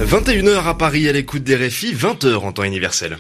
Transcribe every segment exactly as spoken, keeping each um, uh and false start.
vingt et une heures à Paris à l'écoute des R F I, vingt heures en temps universel.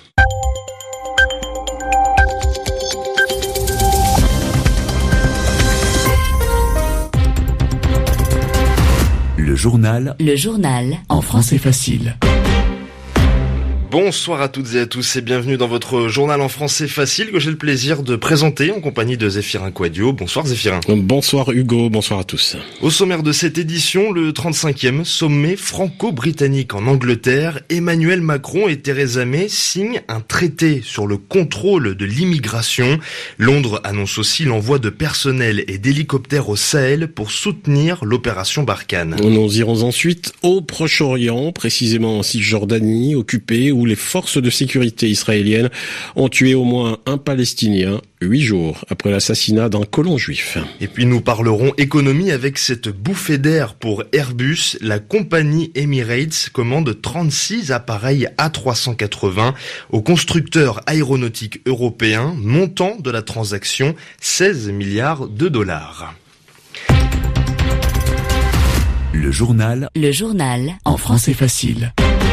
Le journal. Le journal. En français facile. Bonsoir à toutes et à tous et bienvenue dans votre journal en français facile que j'ai le plaisir de présenter en compagnie de Zéphirin Quadio. Bonsoir Zéphirin. Bonsoir Hugo, bonsoir à tous. Au sommaire de cette édition, le trente-cinquième sommet franco-britannique en Angleterre, Emmanuel Macron et Theresa May signent un traité sur le contrôle de l'immigration. Londres annonce aussi l'envoi de personnel et d'hélicoptères au Sahel pour soutenir l'opération Barkhane. Nous irons ensuite au Proche-Orient, précisément en Cisjordanie, occupée, où les forces de sécurité israéliennes ont tué au moins un Palestinien huit jours après l'assassinat d'un colon juif. Et puis nous parlerons économie avec cette bouffée d'air pour Airbus. La compagnie Emirates commande trente-six appareils A trois cent quatre-vingts au constructeur aéronautique européen, montant de la transaction seize milliards de dollars. Le journal. Le journal. En français facile.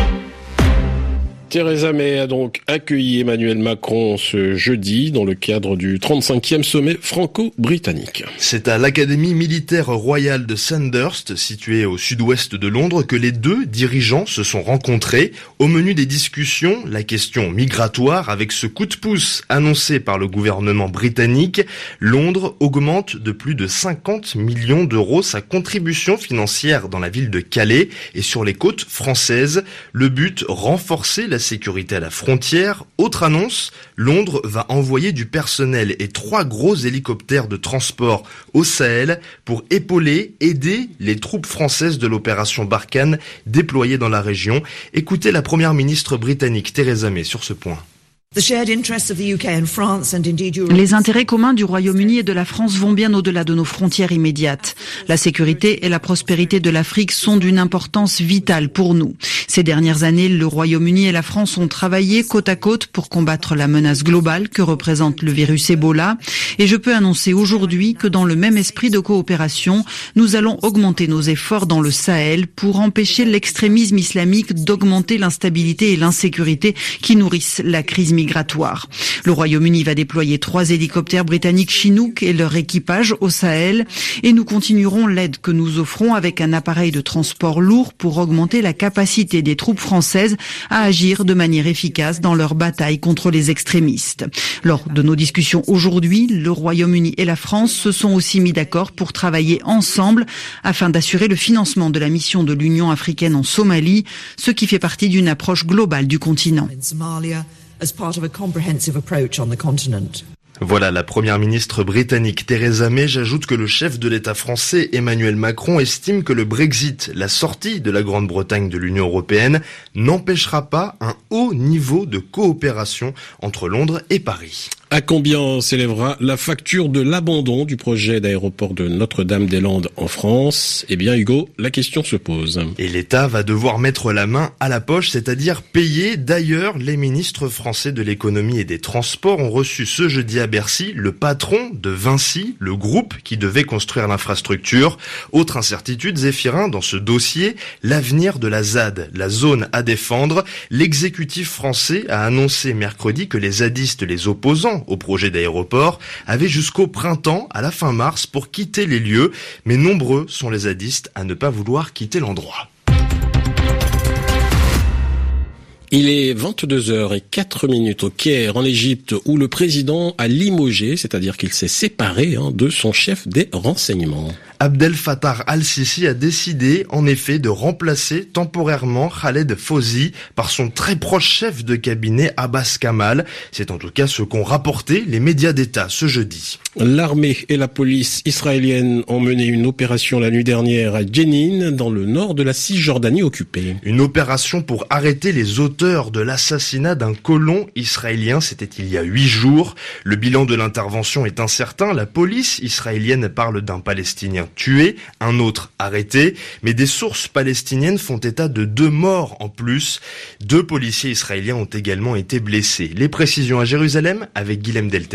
Theresa May a donc accueilli Emmanuel Macron ce jeudi dans le cadre du trente-cinquième sommet franco-britannique. C'est à l'Académie militaire royale de Sandhurst, située au sud-ouest de Londres, que les deux dirigeants se sont rencontrés. Au menu des discussions, la question migratoire avec ce coup de pouce annoncé par le gouvernement britannique. Londres augmente de plus de cinquante millions d'euros sa contribution financière dans la ville de Calais et sur les côtes françaises. Le but, renforcer la sécurité à la frontière. Autre annonce, Londres va envoyer du personnel et trois gros hélicoptères de transport au Sahel pour épauler, aider les troupes françaises de l'opération Barkhane déployées dans la région. Écoutez la première ministre britannique Theresa May sur ce point. Les intérêts communs du Royaume-Uni et de la France vont bien au-delà de nos frontières immédiates. La sécurité et la prospérité de l'Afrique sont d'une importance vitale pour nous. Ces dernières années, le Royaume-Uni et la France ont travaillé côte à côte pour combattre la menace globale que représente le virus Ebola. Et je peux annoncer aujourd'hui que dans le même esprit de coopération, nous allons augmenter nos efforts dans le Sahel pour empêcher l'extrémisme islamique d'augmenter l'instabilité et l'insécurité qui nourrissent la crise migratoire. migratoire. Le Royaume-Uni va déployer trois hélicoptères britanniques Chinook et leur équipage au Sahel et nous continuerons l'aide que nous offrons avec un appareil de transport lourd pour augmenter la capacité des troupes françaises à agir de manière efficace dans leur bataille contre les extrémistes. Lors de nos discussions aujourd'hui, le Royaume-Uni et la France se sont aussi mis d'accord pour travailler ensemble afin d'assurer le financement de la mission de l'Union africaine en Somalie, ce qui fait partie d'une approche globale du continent. As part of a comprehensive approach on the continent. Voilà la première ministre britannique Theresa May. J'ajoute que le chef de l'État français Emmanuel Macron estime que le Brexit, la sortie de la Grande-Bretagne de l'Union européenne, n'empêchera pas un haut niveau de coopération entre Londres et Paris. À combien s'élèvera la facture de l'abandon du projet d'aéroport de Notre-Dame-des-Landes en France ? Eh bien Hugo, la question se pose. Et l'État va devoir mettre la main à la poche, c'est-à-dire payer. D'ailleurs, les ministres français de l'économie et des transports ont reçu ce jeudi à Bercy le patron de Vinci, le groupe qui devait construire l'infrastructure. Autre incertitude, Zéphirin, dans ce dossier, l'avenir de la Z A D, la zone à défendre. L'exécutif français a annoncé mercredi que les zadistes, les opposants au projet d'aéroport, avaient jusqu'au printemps, à la fin mars, pour quitter les lieux, mais nombreux sont les zadistes à ne pas vouloir quitter l'endroit. Il est vingt-deux heures zéro quatre au Caire, en Égypte, où le président a limogé, c'est-à-dire qu'il s'est séparé hein, de son chef des renseignements. Abdel Fattah al-Sisi a décidé, en effet, de remplacer temporairement Khaled Fauzi par son très proche chef de cabinet Abbas Kamal. C'est en tout cas ce qu'ont rapporté les médias d'État ce jeudi. L'armée et la police israélienne ont mené une opération la nuit dernière à Jenin, dans le nord de la Cisjordanie occupée. Une opération pour arrêter les auteurs de l'assassinat d'un colon israélien, c'était il y a huit jours. Le bilan de l'intervention est incertain. La police israélienne parle d'un Palestinien tué, un autre arrêté, mais des sources palestiniennes font état de deux morts en plus. Deux policiers israéliens ont également été blessés. Les précisions à Jérusalem avec Guilhem Delteil.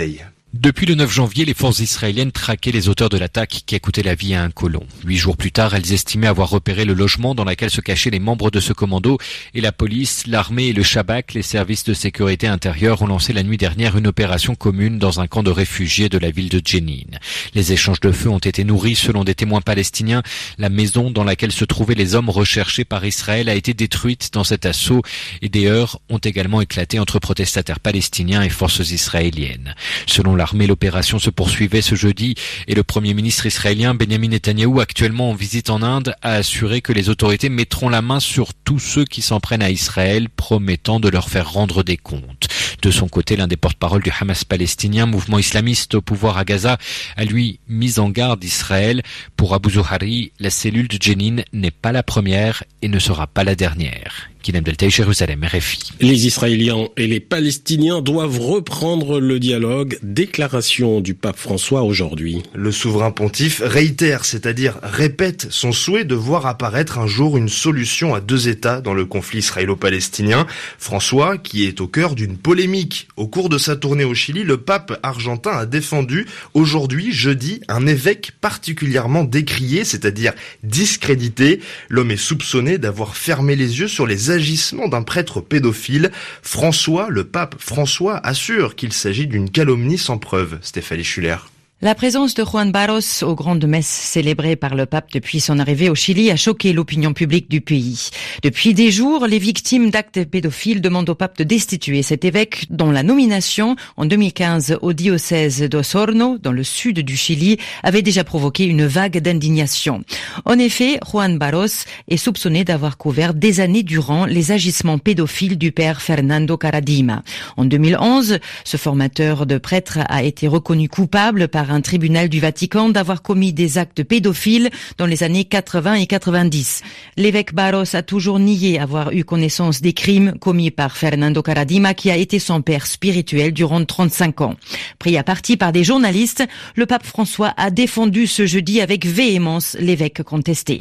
Depuis le neuf janvier, les forces israéliennes traquaient les auteurs de l'attaque qui a coûté la vie à un colon. Huit jours plus tard, elles estimaient avoir repéré le logement dans lequel se cachaient les membres de ce commando et la police, l'armée et le Shabak, les services de sécurité intérieure, ont lancé la nuit dernière une opération commune dans un camp de réfugiés de la ville de Jenin. Les échanges de feu ont été nourris selon des témoins palestiniens. La maison dans laquelle se trouvaient les hommes recherchés par Israël a été détruite dans cet assaut et des heurts ont également éclaté entre protestataires palestiniens et forces israéliennes. Selon l'armée, l'opération se poursuivait ce jeudi et le Premier ministre israélien Benjamin Netanyahou, actuellement en visite en Inde, a assuré que les autorités mettront la main sur tous ceux qui s'en prennent à Israël, promettant de leur faire rendre des comptes. De son côté, l'un des porte-parole du Hamas palestinien, mouvement islamiste au pouvoir à Gaza, a lui mis en garde Israël. Pour Abu Zuhari, la cellule de Jenin n'est pas la première et ne sera pas la dernière. Guilhem Deltaï, Jérusalem, R F I. Les Israéliens et les Palestiniens doivent reprendre le dialogue. Déclaration du pape François aujourd'hui. Le souverain pontife réitère, c'est-à-dire répète son souhait de voir apparaître un jour une solution à deux États dans le conflit israélo-palestinien. François, qui est au cœur d'une polémique. Au cours de sa tournée au Chili, le pape argentin a défendu aujourd'hui, jeudi, un évêque particulièrement décrié, c'est-à-dire discrédité. L'homme est soupçonné d'avoir fermé les yeux sur les agissements d'un prêtre pédophile. François, le pape François, assure qu'il s'agit d'une calomnie sans preuve. Stéphanie Schuller. La présence de Juan Barros aux grandes messes célébrées par le pape depuis son arrivée au Chili a choqué l'opinion publique du pays. Depuis des jours, les victimes d'actes pédophiles demandent au pape de destituer cet évêque dont la nomination en deux mille quinze au diocèse d'Osorno, dans le sud du Chili, avait déjà provoqué une vague d'indignation. En effet, Juan Barros est soupçonné d'avoir couvert des années durant les agissements pédophiles du père Fernando Karadima. En deux mille onze, ce formateur de prêtres a été reconnu coupable par un tribunal du Vatican d'avoir commis des actes pédophiles dans les années quatre-vingts et quatre-vingt-dix. L'évêque Barros a toujours nié avoir eu connaissance des crimes commis par Fernando Karadima, qui a été son père spirituel durant trente-cinq ans. Pris à partie par des journalistes, le pape François a défendu ce jeudi avec véhémence l'évêque contesté.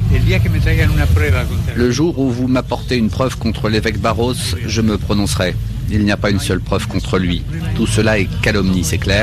Le jour où vous m'apportez une preuve contre l'évêque Barros, je me prononcerai. Il n'y a pas une seule preuve contre lui. Tout cela est calomnie, c'est clair ?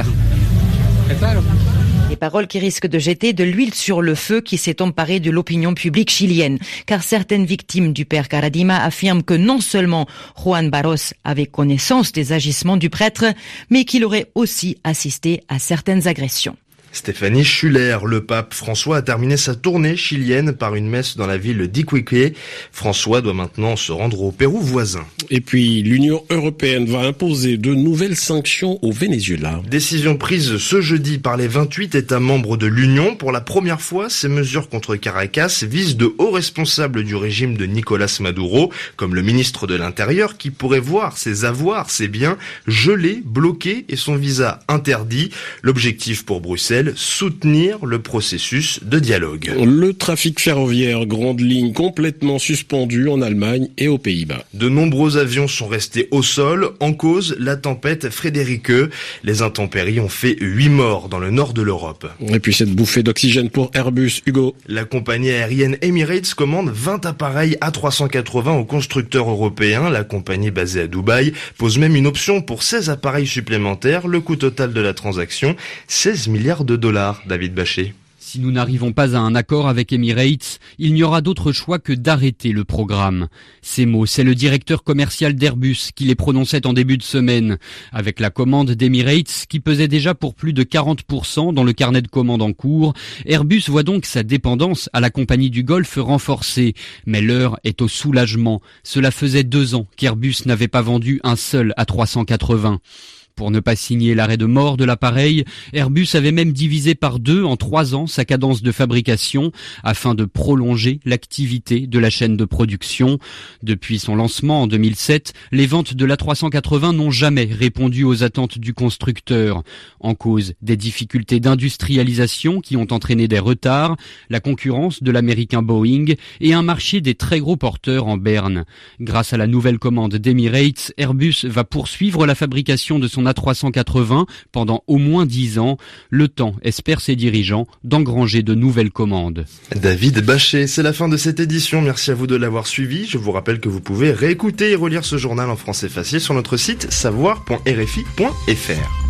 Des paroles qui risquent de jeter de l'huile sur le feu qui s'est emparé de l'opinion publique chilienne, car certaines victimes du père Karadima affirment que non seulement Juan Barros avait connaissance des agissements du prêtre, mais qu'il aurait aussi assisté à certaines agressions. Stéphanie Schuller, le pape François a terminé sa tournée chilienne par une messe dans la ville d'Iquique. François doit maintenant se rendre au Pérou voisin. Et puis, l'Union européenne va imposer de nouvelles sanctions au Venezuela. Décision prise ce jeudi par les vingt-huit États membres de l'Union. Pour la première fois, ces mesures contre Caracas visent de hauts responsables du régime de Nicolás Maduro, comme le ministre de l'Intérieur, qui pourrait voir ses avoirs, ses biens gelés, bloqués et son visa interdit. L'objectif pour Bruxelles, soutenir le processus de dialogue. Le trafic ferroviaire grande ligne complètement suspendu en Allemagne et aux Pays-Bas. De nombreux avions sont restés au sol, en cause la tempête Friederike. Les intempéries ont fait huit morts dans le nord de l'Europe. Et puis cette bouffée d'oxygène pour Airbus, Hugo. La compagnie aérienne Emirates commande vingt appareils A trois cent quatre-vingts aux constructeurs européens. La compagnie basée à Dubaï pose même une option pour seize appareils supplémentaires. Le coût total de la transaction, seize milliards de dollars, David Bachet. Si nous n'arrivons pas à un accord avec Emirates, il n'y aura d'autre choix que d'arrêter le programme. Ces mots, c'est le directeur commercial d'Airbus qui les prononçait en début de semaine. Avec la commande d'Emirates, qui pesait déjà pour plus de quarante pour cent dans le carnet de commandes en cours, Airbus voit donc sa dépendance à la compagnie du Golfe renforcée. Mais l'heure est au soulagement. Cela faisait deux ans qu'Airbus n'avait pas vendu un seul A trois cent quatre-vingts. Pour ne pas signer l'arrêt de mort de l'appareil, Airbus avait même divisé par deux en trois ans sa cadence de fabrication afin de prolonger l'activité de la chaîne de production. Depuis son lancement en deux mille sept, les ventes de l'A trois cent quatre-vingts n'ont jamais répondu aux attentes du constructeur. En cause, des difficultés d'industrialisation qui ont entraîné des retards, la concurrence de l'américain Boeing et un marché des très gros porteurs en berne. Grâce à la nouvelle commande d'Emirates, Airbus va poursuivre la fabrication de son A trois cent quatre-vingts pendant au moins dix ans. Le temps, espère ses dirigeants, d'engranger de nouvelles commandes. David Bachet, c'est la fin de cette édition. Merci à vous de l'avoir suivi. Je vous rappelle que vous pouvez réécouter et relire ce journal en français facile sur notre site savoir point r f i point f r.